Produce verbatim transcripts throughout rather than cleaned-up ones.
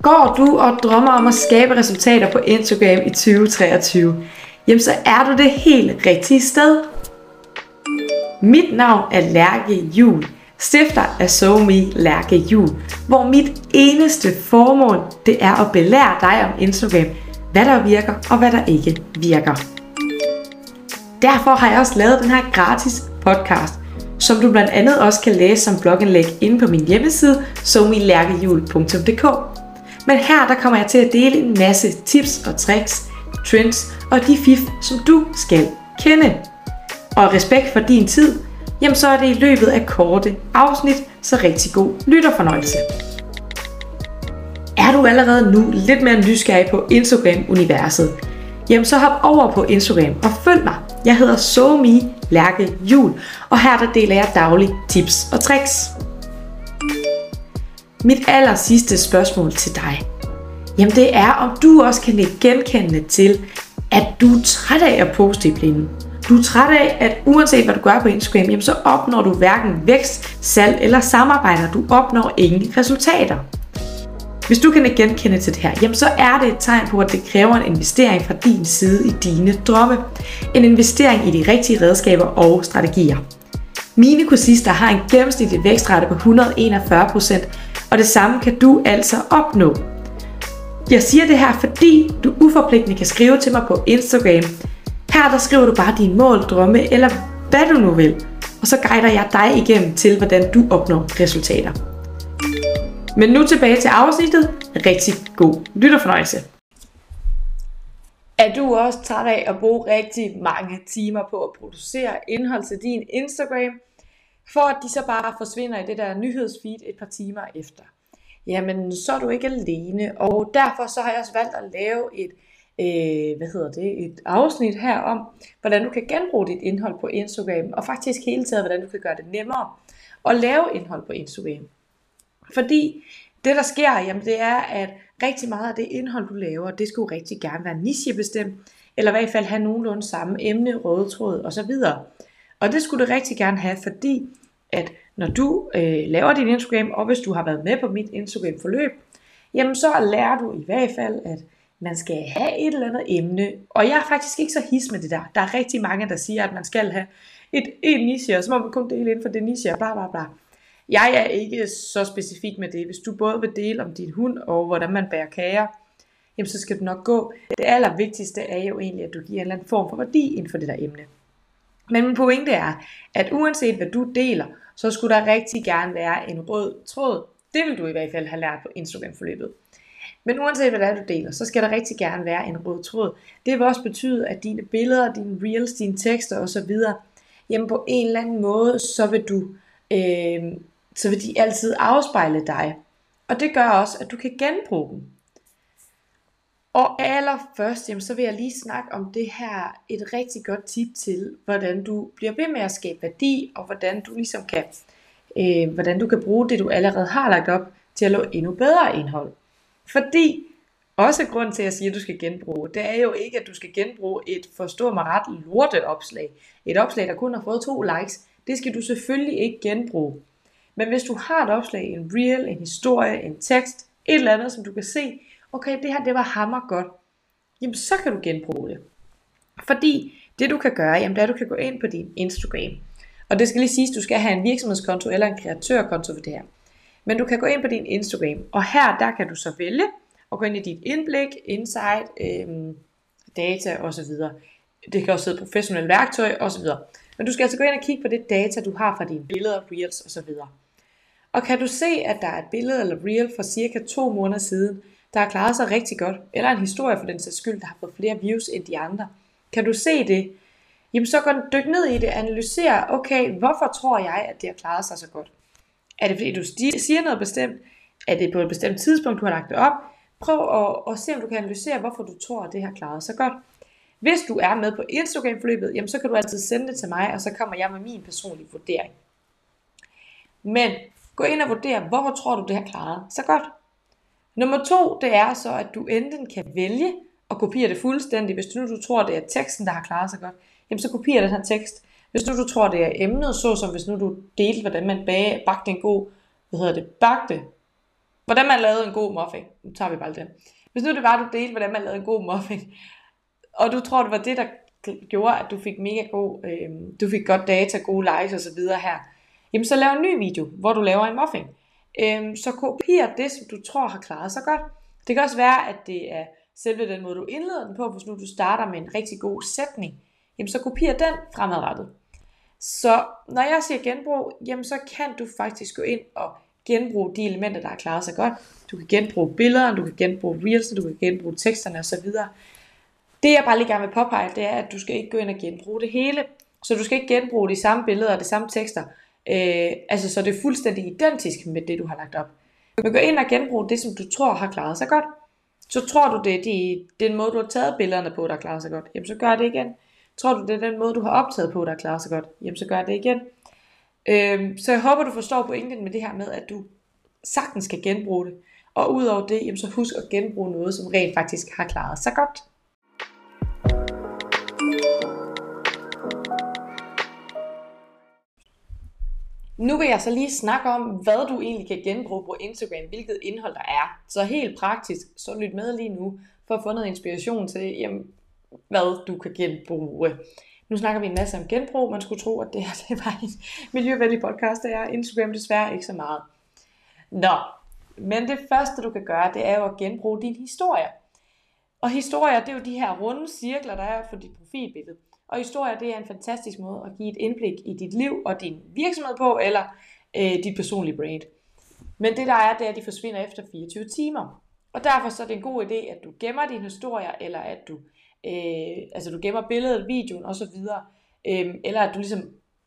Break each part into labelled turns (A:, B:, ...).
A: Går du og drømmer om at skabe resultater på Instagram i tyve treogtyve, jamen så er du det helt rigtige sted. Mit navn er Lærke Juhl, stifter af SoMe Lærke Juhl, hvor mit eneste formål det er at belære dig om Instagram, hvad der virker og hvad der ikke virker. Derfor har jeg også lavet den her gratis podcast, som du blandt andet også kan læse som blogindlæg inde på min hjemmeside some lærkehjul punktum d k. Men her der kommer jeg til at dele en masse tips og tricks, trends og de fif, som du skal kende. Og respekt for din tid, jamen så er det i løbet af korte afsnit, så rigtig god lytterfornøjelse. Er du allerede nu lidt mere nysgerrig på Instagram-universet, jamen så hop over på Instagram og følg mig. Jeg hedder SoMe Lærke Juhl, og her der deler jeg daglige tips og tricks. Mit aller sidste spørgsmål til dig, jamen det er, om du også kan lægge genkendende til, at du er træt af at poste i blinde. Du er træt af, at uanset hvad du gør på Instagram, jamen så opnår du hverken vækst, salg eller samarbejder. Du opnår ingen resultater. Hvis du kan genkende til det her, jamen så er det et tegn på, at det kræver en investering fra din side i dine drømme. En investering i de rigtige redskaber og strategier. Mine kursister har en gennemsnitlig vækstrate på et hundrede og enogfyrre procent, og det samme kan du altså opnå. Jeg siger det her, fordi du uforpligtende kan skrive til mig på Instagram. Her der skriver du bare dine mål, drømme eller hvad du nu vil, og så guider jeg dig igennem til, hvordan du opnår resultater. Men nu tilbage til afsnittet. Rigtig god lytterfornøjelse. Er du også træt af at bruge rigtig mange timer på at producere indhold til din Instagram, for at de så bare forsvinder i det der nyhedsfeed et par timer efter? Jamen, så er du ikke alene, og derfor så har jeg også valgt at lave et, øh, hvad hedder det, et afsnit her om, hvordan du kan genbruge dit indhold på Instagram, og faktisk hele taget, hvordan du kan gøre det nemmere at lave indhold på Instagram. Fordi det der sker, jamen det er, at rigtig meget af det indhold du laver, det skulle rigtig gerne være nichebestemt, eller i hvert fald have nogenlunde samme emne, røde tråd osv. Og det skulle det rigtig gerne have, fordi at når du øh, laver din Instagram, og hvis du har været med på mit Instagram forløb, jamen så lærer du i hvert fald, at man skal have et eller andet emne. Og jeg er faktisk ikke så his med det der. Der er rigtig mange, der siger, at man skal have et, et niche, og så må man kun dele inden for det niche, og bla bla bla. Jeg er ikke så specifik med det. Hvis du både vil dele om din hund og hvordan man bærer kager, jamen så skal du nok gå. Det allervigtigste er jo egentlig, at du giver en eller anden form for værdi inden for det der emne. Men min pointe er, at uanset hvad du deler, så skulle der rigtig gerne være en rød tråd. Det vil du i hvert fald have lært på Instagram-forløbet. Men uanset hvad det er, du deler, så skal der rigtig gerne være en rød tråd. Det vil også betyde, at dine billeder, dine reels, dine tekster osv., jamen på en eller anden måde, så vil du... Øh, så vil de altid afspejle dig. Og det gør også, at du kan genbruge dem. Og allerførst, jamen, så vil jeg lige snakke om det her, et rigtig godt tip til, hvordan du bliver ved med at skabe værdi, og hvordan du ligesom kan, øh, hvordan du kan bruge det, du allerede har lagt op, til at lave endnu bedre indhold. Fordi, også grund til at sige, at du skal genbruge, det er jo ikke, at du skal genbruge et, forstå mig ret, lorteopslag. Et opslag, der kun har fået to likes, det skal du selvfølgelig ikke genbruge. Men hvis du har et opslag, en reel, en historie, en tekst, et eller andet, som du kan se, okay, det her, det var hammer godt, jamen så kan du genbruge det. Fordi det du kan gøre, jamen det er, at du kan gå ind på din Instagram. Og det skal lige siges, at du skal have en virksomhedskonto eller en kreatørkonto for det her. Men du kan gå ind på din Instagram, og her, der kan du så vælge at gå ind i dit indblik, insight, øhm, data osv. Det kan også hedde professionelle værktøj osv. Men du skal altså gå ind og kigge på det data, du har fra dine billeder, reels osv. Og kan du se, at der er et billede eller reel fra cirka to måneder siden, der har klaret sig rigtig godt, eller en historie for den sags skyld, der har fået flere views end de andre, kan du se det, jamen så gå dyk ned i det, analyser, okay, hvorfor tror jeg, at det har klaret sig så godt? Er det fordi du siger noget bestemt? Er det på et bestemt tidspunkt, du har lagt det op? Prøv at, at se, om du kan analysere, hvorfor du tror, at det har klaret sig godt. Hvis du er med på Instagram-forløbet, jamen så kan du altid sende det til mig, og så kommer jeg med min personlige vurdering. Men gå ind og vurdere, hvorfor tror du, det har klaret så godt. Nummer to, det er så, at du enten kan vælge at kopiere det fuldstændig. Hvis du nu du tror, det er teksten, der har klaret sig godt, jamen så kopier den her tekst. Hvis nu du tror, det er emnet, såsom hvis nu du delte, hvordan man bage, bagte en god, hvad hedder det, bagte hvordan man lavede en god muffin. Nu tager vi bare den. Hvis nu det var, du delte, hvordan man lavede en god muffin, og du tror, det var det, der gjorde, at du fik mega god, øh, du fik godt data, gode likes og så videre her, jamen så lav en ny video, hvor du laver en muffin. Øh, så kopier det, som du tror har klaret sig godt. Det kan også være, at det er selve den måde, du indleder den på. Hvis nu du starter med en rigtig god sætning, jamen så kopier den fremadrettet. Så når jeg siger genbrug, jamen så kan du faktisk gå ind og genbruge de elementer, der har klaret sig godt. Du kan genbruge billeder, du kan genbruge reels, du kan genbruge teksterne osv. Det jeg bare lige gerne vil påpege, det er, at du skal ikke gå ind og genbruge det hele. Så du skal ikke genbruge de samme billeder og de samme tekster. Øh, altså så det er fuldstændig identisk med det, du har lagt op. Men gå ind og genbruge det, som du tror har klaret sig godt. Så tror du, det er de, den måde, du har taget billederne på, der har klaret sig godt. Jamen så gør det igen. Tror du, det er den måde, du har optaget på, der har klaret sig godt. Jamen så gør det igen. Øh, så jeg håber, du forstår pointen med det her med, at du sagtens skal genbruge det. Og udover det, jamen så husk at genbruge noget, som rent faktisk har klaret sig godt. Nu vil jeg så lige snakke om, hvad du egentlig kan genbruge på Instagram, hvilket indhold der er. Så helt praktisk, så lyt med lige nu, for at få noget inspiration til, jamen, hvad du kan genbruge. Nu snakker vi en masse om genbrug. Man skulle tro, at det her det var en miljøvenlig podcast, det er Instagram desværre ikke så meget. Nå, men det første du kan gøre, det er jo at genbruge dine historier. Og historier, det er jo de her runde cirkler, der er for dit profilbillede. Og historier, det er en fantastisk måde at give et indblik i dit liv og din virksomhed på, eller øh, dit personlige brand. Men det der er, det er, at de forsvinder efter fireogtyve timer. Og derfor så er det en god idé, at du gemmer dine historier, eller at du, øh, altså du gemmer billedet, videoen osv. Øh, eller at du ligesom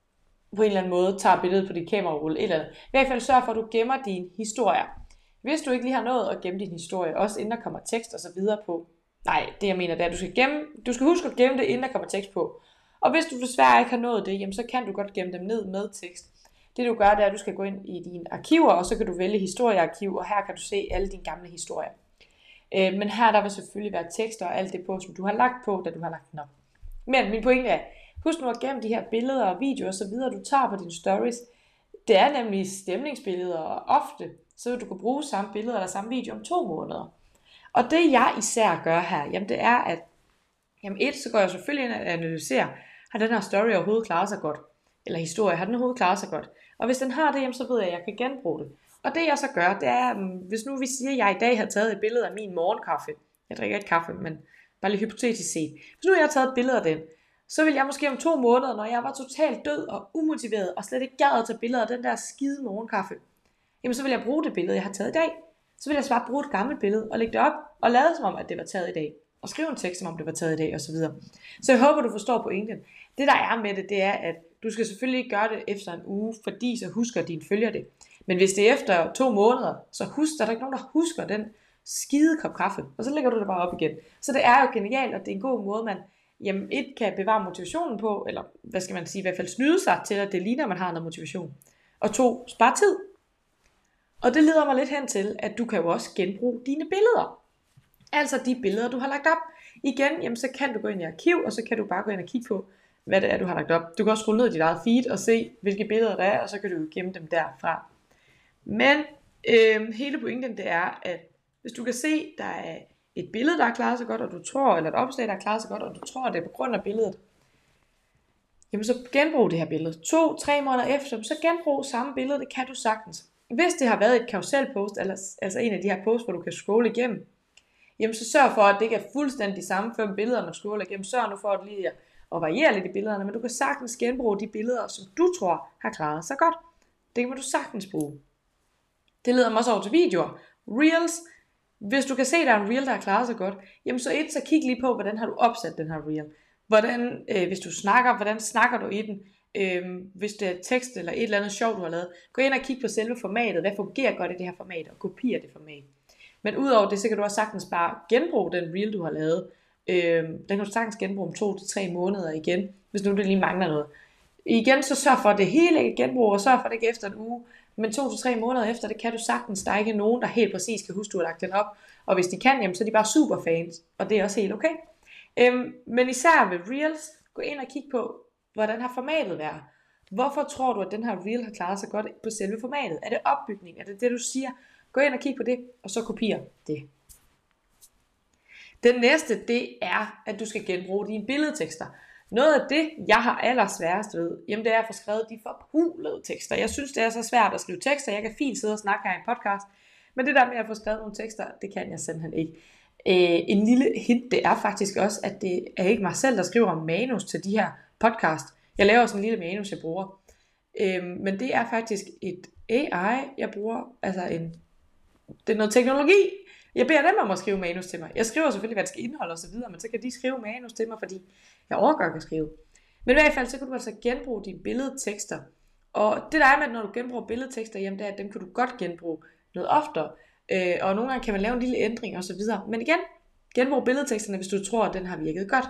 A: på en eller anden måde tager billedet på dit kamerarulle. Eller andet. I hvert fald sørg for, at du gemmer dine historier. Hvis du ikke lige har nået at gemme din historie, også inden der kommer tekst og så videre på. Nej, det jeg mener, det er, at du skal, gemme, du skal huske at gemme det, inden der kommer tekst på. Og hvis du desværre ikke har nået det, jamen, så kan du godt gemme dem ned med tekst. Det du gør, det er, at du skal gå ind i dine arkiver, og så kan du vælge historiearkiv, og her kan du se alle dine gamle historier. Øh, men her der vil selvfølgelig være tekster og alt det på, som du har lagt på, da du har lagt den op. Men min pointe er, husk nu at gemme de her billeder og videoer og så videre, du tager på dine stories. Det er nemlig stemningsbilleder, og ofte så vil du kunne bruge samme billeder eller samme video om to måneder. Og det jeg især gør her, jamen det er, at jamen et, så går jeg selvfølgelig ind og analyserer, har den her story overhovedet klaret sig godt? Eller historie, har den overhovedet klaret sig godt? Og hvis den har det, jamen så ved jeg, at jeg kan genbruge det. Og det jeg så gør, det er, hvis nu vi siger, at jeg i dag har taget et billede af min morgenkaffe. Jeg drikker ikke kaffe, men bare lige hypotetisk set. Hvis nu jeg har taget et billede af den, så vil jeg måske om to måneder, når jeg var totalt død og umotiveret, og slet ikke gad at tage billeder af den der skide morgenkaffe, jamen så vil jeg bruge det billede, jeg har taget i dag. Så vil jeg så bare bruge et gammelt billede og lægge det op og lade som om, at det var taget i dag. Og skrive en tekst, som om det var taget i dag, og så videre. Så jeg håber, du forstår pointen. Det der er med det, det er, at du skal selvfølgelig ikke gøre det efter en uge, fordi så husker dine følger det. Men hvis det er efter to måneder, så husk, der er der ikke nogen, der husker den skide kop kaffe. Og så lægger du det bare op igen. Så det er jo genialt, og det er en god måde, man jamen, et kan bevare motivationen på, eller hvad skal man sige, i hvert fald snyde sig til, at det ligner, man har noget motivation. Og to, spare tid. Og det leder mig lidt hen til, at du kan jo også genbruge dine billeder. Altså de billeder, du har lagt op. Igen, jamen, så kan du gå ind i arkiv, og så kan du bare gå ind og kigge på, hvad det er, du har lagt op. Du kan også scrolle ned i dit eget feed og se, hvilke billeder der er, og så kan du gemme dem derfra. Men øh, hele pointen det er, at hvis du kan se, der er et billede, der er klaret så godt, og du tror, eller et opslag, der er klaret så godt, og du tror, det er på grund af billedet, jamen så genbrug det her billede. To, tre måneder efter, så genbrug samme billede, det kan du sagtens. Hvis det har været et carousel-post, altså en af de her posts, hvor du kan scrolle igennem, jamen så sørg for, at det ikke er fuldstændig de samme fem billeder, man scroller igennem. Sørg nu for at lige at variere lidt i billederne, men du kan sagtens genbruge de billeder, som du tror har klaret sig godt. Det kan du sagtens bruge. Det leder mig også over til videoer. Reels. Hvis du kan se, at der er en reel, der har klaret sig godt, jamen så et, så kig lige på, hvordan har du opsat den her reel. Hvordan, øh, hvis du snakker, hvordan snakker du i den? Øh, hvis det er tekst eller et eller andet sjovt, du har lavet. Gå ind og kig på selve formatet. Hvad fungerer godt i det her format? Og kopier det format. Men udover det, så kan du også sagtens bare genbruge den reel, du har lavet. Øh, den kan du sagtens genbruge om to til tre måneder igen, hvis nu det lige mangler noget. Igen, så sørg for, at det hele ikke genbruger, og sørg for, at det ikke efter en uge. Men to til tre måneder efter, det kan du sagtens. Der er ikke nogen, der helt præcis kan huske, du har lagt den op. Og hvis de kan, jamen, så er de bare super fans. Og det er også helt okay. Øhm, men især ved Reels, gå ind og kig på, hvordan har formatet været. Hvorfor tror du, at den her Reel har klaret sig godt på selve formatet? Er det opbygning? Er det det, du siger? Gå ind og kig på det, og så kopier det. Den næste, det er, at du skal genbruge dine billedtekster. Noget af det, jeg har allersværest ved, jamen det er at få skrevet de forpulede tekster. Jeg synes, det er så svært at skrive tekster. Jeg kan fint sidde og snakke her i en podcast, men det der med at få skrevet nogle tekster, det kan jeg simpelthen ikke. Øh, en lille hint, det er faktisk også, at det er ikke mig selv, der skriver manus til de her podcast. Jeg laver sådan en lille manus, jeg bruger. Øh, men det er faktisk et A I, jeg bruger, altså en, det er noget teknologi. Jeg beder dem om at skrive manus til mig. Jeg skriver selvfølgelig, hvad det skal indeholde og så videre, men så kan de skrive manus til mig, fordi jeg overgår ikke at skrive. Men i hvert fald, så kan du altså genbruge dine billedtekster. Og det der er med, når du genbruger billedtekster, jamen det er, at dem kan du godt genbruge noget oftere. Øh, og nogle gange kan man lave en lille ændring og så videre. Men igen, genbrug billedteksterne, hvis du tror, at den har virket godt.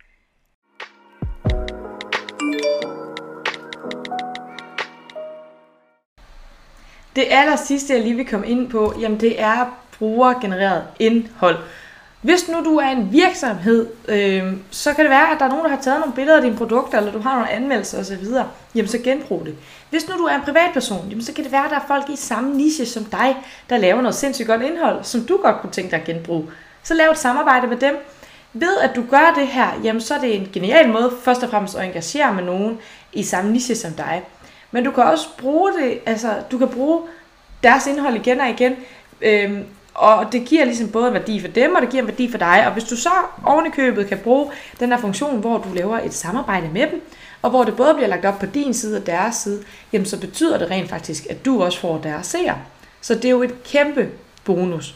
A: Det aller sidste, jeg lige vil komme ind på, jamen det er brugergenereret indhold. Hvis nu du er en virksomhed, øh, så kan det være, at der er nogen, der har taget nogle billeder af dine produkter, eller du har nogle anmeldelser osv., jamen så genbrug det. Hvis nu du er en privatperson, jamen så kan det være, at der er folk i samme niche som dig, der laver noget sindssygt godt indhold, som du godt kunne tænke dig at genbruge. Så lav et samarbejde med dem. Ved at du gør det her, jamen så er det en genial måde først og fremmest at engagere med nogen i samme niche som dig. Men du kan også bruge det, altså du kan bruge deres indhold igen og igen, øhm, og det giver ligesom både en værdi for dem, og det giver en værdi for dig. Og hvis du så oven i købet kan bruge den her funktion, hvor du laver et samarbejde med dem, og hvor det både bliver lagt op på din side og deres side, jamen så betyder det rent faktisk, at du også får deres seere. Så det er jo et kæmpe bonus.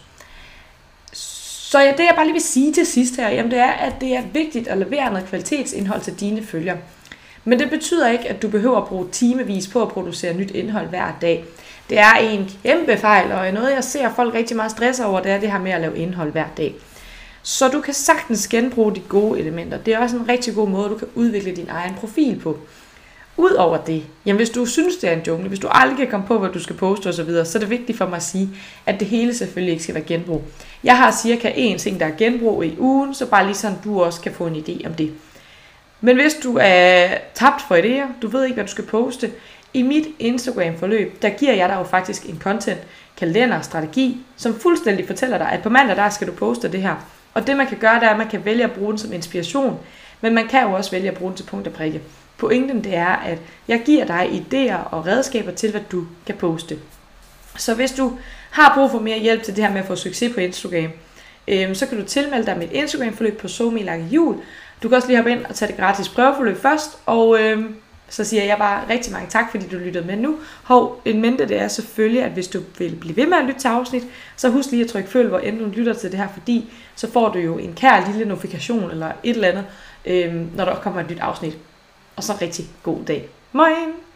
A: Så ja, det jeg bare lige vil sige til sidst her, jamen det er, at det er vigtigt at levere noget kvalitetsindhold til dine følgere. Men det betyder ikke, at du behøver at bruge timevis på at producere nyt indhold hver dag. Det er en kæmpe fejl, og noget jeg ser folk rigtig meget stresse over, det er det her med at lave indhold hver dag. Så du kan sagtens genbruge de gode elementer. Det er også en rigtig god måde, du kan udvikle din egen profil på. Udover det, jamen hvis du synes, det er en jungle, hvis du aldrig kan komme på, hvad du skal poste osv., så, så er det vigtigt for mig at sige, at det hele selvfølgelig ikke skal være genbrug. Jeg har cirka én ting, der er genbrug i ugen, så bare lige sådan, du også kan få en idé om det. Men hvis du er tabt for idéer, du ved ikke, hvad du skal poste, i mit Instagram-forløb, der giver jeg dig jo faktisk en content-kalender-strategi, som fuldstændig fortæller dig, at på mandag, der skal du poste det her. Og det man kan gøre, det er, at man kan vælge at bruge den som inspiration, men man kan jo også vælge at bruge den til punkt og prikke. Pointen det er, at jeg giver dig idéer og redskaber til, hvad du kan poste. Så hvis du har brug for mere hjælp til det her med at få succes på Instagram, øh, så kan du tilmelde dig mit Instagram-forløb på SoMe Lærke Juhl. Du kan også lige hoppe ind og tage det gratis prøveforløb først, og øh, så siger jeg bare rigtig mange tak, fordi du lyttede med nu. Hov, en mente det er selvfølgelig, at hvis du vil blive ved med at lytte til afsnit, så husk lige at trykke følg, hvor end du lytter til det her, fordi så får du jo en kær lille notifikation eller et eller andet, øh, når der kommer et nyt afsnit. Og så rigtig god dag. Moin!